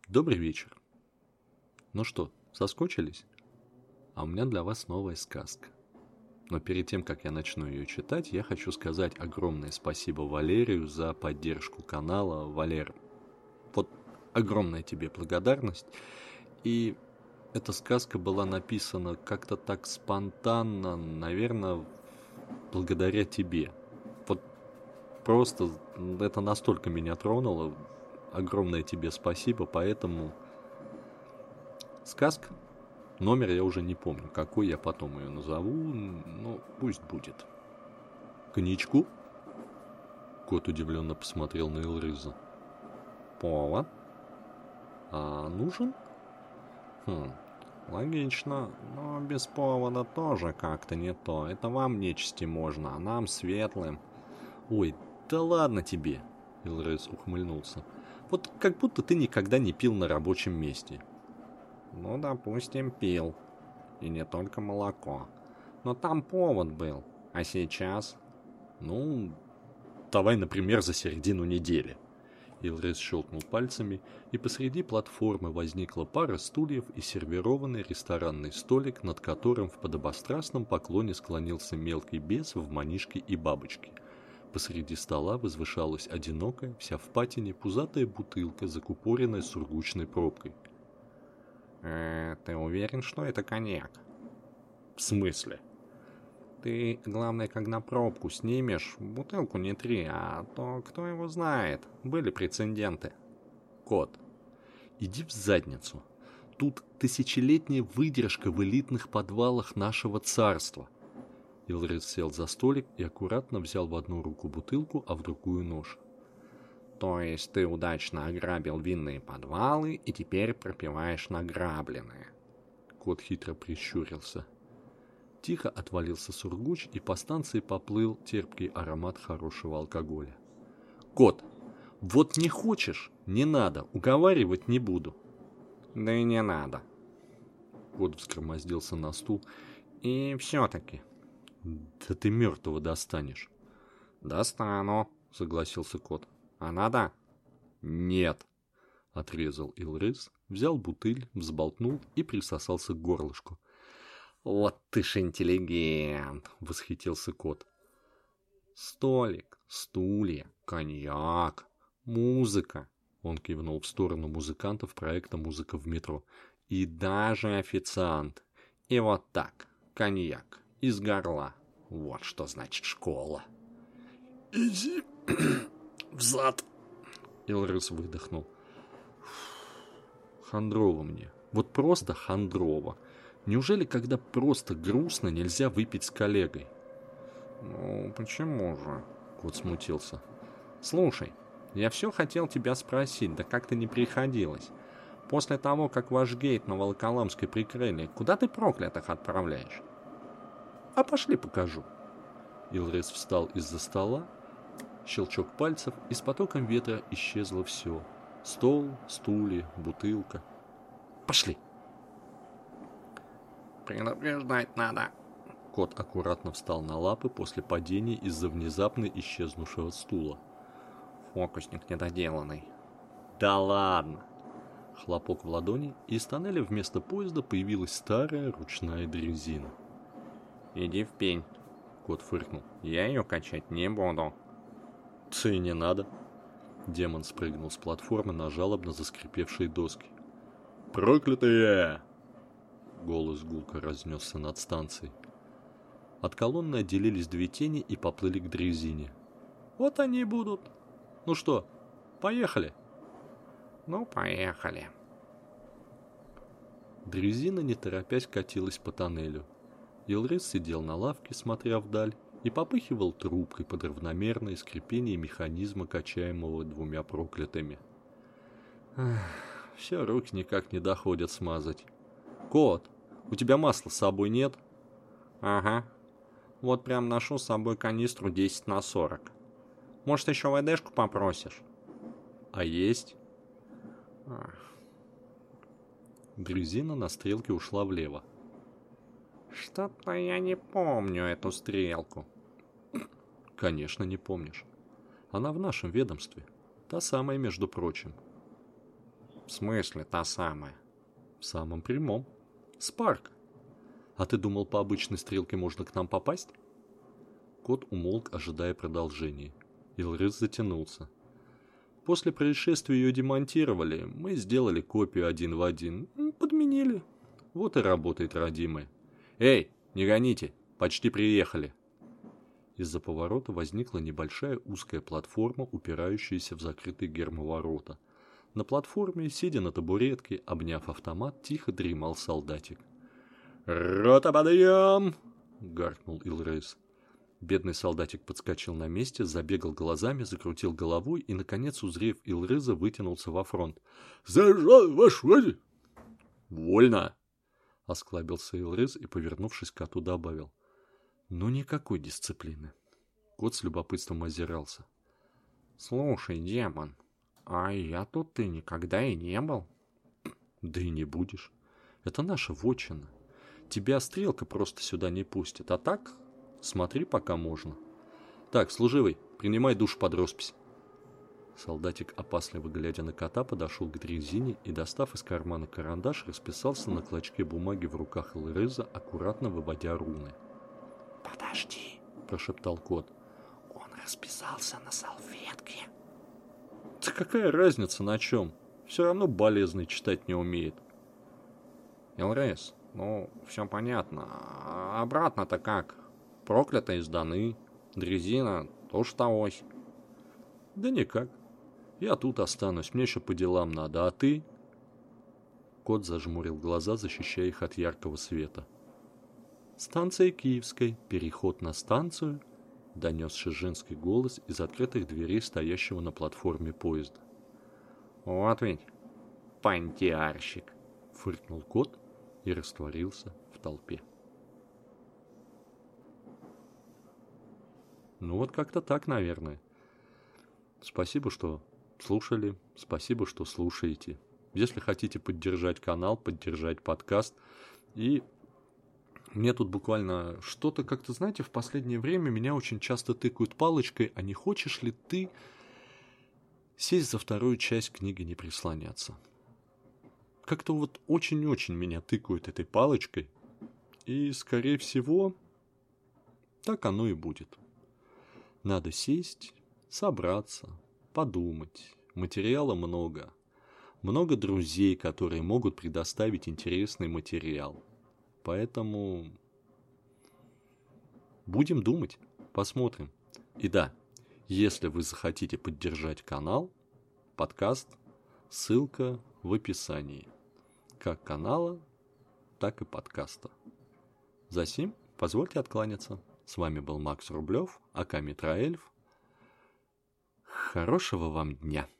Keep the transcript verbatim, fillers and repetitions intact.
Добрый вечер. Ну что, соскучились? А у меня для вас новая сказка. Но перед тем, как я начну ее читать, я хочу сказать огромное спасибо Валерию за поддержку канала. Валер, вот огромная тебе благодарность. И эта сказка была написана как-то так спонтанно, наверное, благодаря тебе. Вот просто это настолько меня тронуло. Огромное тебе спасибо, поэтому сказка. Номер я уже не помню, какой я потом ее назову, но пусть будет. Коньячку? Кот удивленно посмотрел на Элриза. Повод? А нужен? Хм, логично, но без повода тоже как-то не то. Это вам нечисти можно, а нам светлым. Ой, да ладно тебе, Элриз ухмыльнулся. Вот как будто ты никогда не пил на рабочем месте. Ну, допустим, пил. И не только молоко. Но там повод был. А сейчас? Ну, давай, например, за середину недели. Илрис щелкнул пальцами, и посреди платформы возникла пара стульев и сервированный ресторанный столик, над которым в подобострастном поклоне склонился мелкий бес в манишке и бабочке. Посреди стола возвышалась одинокая, вся в патине, пузатая бутылка, закупоренная сургучной пробкой. «Э, ты уверен, что это коньяк?» «В смысле?» «Ты, главное, когда пробку снимешь, бутылку не три, а то кто его знает, были прецеденты». «Кот, иди в задницу. Тут тысячелетняя выдержка в элитных подвалах нашего царства». Илрис сел за столик и аккуратно взял в одну руку бутылку, а в другую нож. «То есть ты удачно ограбил винные подвалы и теперь пропиваешь награбленное?» Кот хитро прищурился. Тихо отвалился сургуч, и по станции поплыл терпкий аромат хорошего алкоголя. «Кот, вот не хочешь, не надо, уговаривать не буду». «Да и не надо». Кот взгромоздился на стул. «И все-таки». «Да ты мертвого достанешь». «Достану», согласился кот. «А надо?» «Нет», — отрезал Илрис, взял бутыль, взболтнул и присосался к горлышку. «Вот ты ж интеллигент!» — восхитился кот. «Столик, стулья, коньяк, музыка!» — он кивнул в сторону музыкантов проекта «Музыка в метро». «И даже официант. И вот так, коньяк, из горла. Вот что значит школа!» «Иди взад!» Илрис выдохнул. Хандрово мне. Вот просто хандрово. Неужели, когда просто грустно, нельзя выпить с коллегой? Ну, почему же? Кот смутился. Слушай, я все хотел тебя спросить, да как-то не приходилось. После того, как ваш гейт на Волоколамской прикрыли, куда ты проклятых отправляешь? А пошли покажу. Илрис встал из-за стола. Щелчок пальцев, и с потоком ветра исчезло все. Стол, стулья, бутылка. Пошли. Предупреждать надо. Кот аккуратно встал на лапы после падения из-за внезапно исчезнувшего стула. Фокусник недоделанный. Да ладно. Хлопок в ладони, и из тоннеля вместо поезда появилась старая ручная дрезина. Иди в пень. Кот фыркнул. Я ее качать не буду. «Ты не надо!» Демон спрыгнул с платформы на жалобно заскрипевшие доски. «Проклятые!» Голос гулко разнесся над станцией. От колонны отделились две тени и поплыли к дрезине. «Вот они и будут! Ну что, поехали?» «Ну, поехали!» Дрезина, не торопясь, катилась по тоннелю. Илрис сидел на лавке, смотря вдаль, и попыхивал трубкой под равномерное скрипение механизма, качаемого двумя проклятыми. Ах, все руки никак не доходят смазать. «Кот, у тебя масла с собой нет?» «Ага. Вот прям ношу с собой канистру десять на сорок. Может, еще ВДшку попросишь?» «А есть?» Ах. Дрезина на стрелке ушла влево. «Что-то я не помню эту стрелку». «Конечно, не помнишь. Она в нашем ведомстве. Та самая, между прочим». В смысле та самая? В самом прямом. Спарк. А ты думал, по обычной стрелке можно к нам попасть? Кот умолк, ожидая продолжения. Илрис затянулся. После происшествия ее демонтировали. Мы сделали копию один в один. Подменили. Вот и работает родимая. Эй, не гоните, почти приехали. Из-за поворота возникла небольшая узкая платформа, упирающаяся в закрытые гермоворота. На платформе, сидя на табуретке, обняв автомат, тихо дремал солдатик. «Рота, подъем!» — гаркнул Илрис. Бедный солдатик подскочил на месте, забегал глазами, закрутил головой и, наконец, узрев Илриза, вытянулся во фронт. «Зажал, ваш вроде!» «Вольно!» — осклабился Илриз и, повернувшись к коту, добавил. «Ну, никакой дисциплины». Кот с любопытством озирался. «Слушай, демон, а я тут ты никогда и не был». «Да и не будешь. Это наша вотчина. Тебя стрелка просто сюда не пустит, а так смотри, пока можно. Так, служивый, принимай душ под роспись». Солдатик, опасливо глядя на кота, подошел к дрезине и, достав из кармана карандаш, расписался на клочке бумаги в руках Илриза, аккуратно выводя руны. «Подожди», – прошептал кот. «Он расписался на салфетке». «Да какая разница на чем? Все равно болезный читать не умеет». «Илрис, ну, все понятно. А обратно-то как? Проклятые сданы. Дрезина тоже тогось». «Да никак. Я тут останусь, мне еще по делам надо, а ты?» Кот зажмурил глаза, защищая их от яркого света. «Станция Киевская, переход на станцию», — донесся женский голос из открытых дверей стоящего на платформе поезда. «Вот ведь понтиарщик», — фыркнул кот и растворился в толпе. Ну вот как-то так, наверное. Спасибо, что слушали, спасибо, что слушаете. Если хотите поддержать канал, поддержать подкаст. И мне тут буквально что-то, как-то, знаете, в последнее время меня очень часто тыкают палочкой, а не хочешь ли ты сесть за вторую часть книги «Не прислоняться». Как-то вот очень-очень меня тыкают этой палочкой. И, скорее всего, так оно и будет. Надо сесть, собраться, подумать. Материала много. Много друзей, которые могут предоставить интересный материал. Поэтому будем думать, посмотрим. И да, если вы захотите поддержать канал, подкаст, ссылка в описании. Как канала, так и подкаста. Засим, позвольте откланяться. С вами был Макс Рублев, АК Митроэльф. Хорошего вам дня!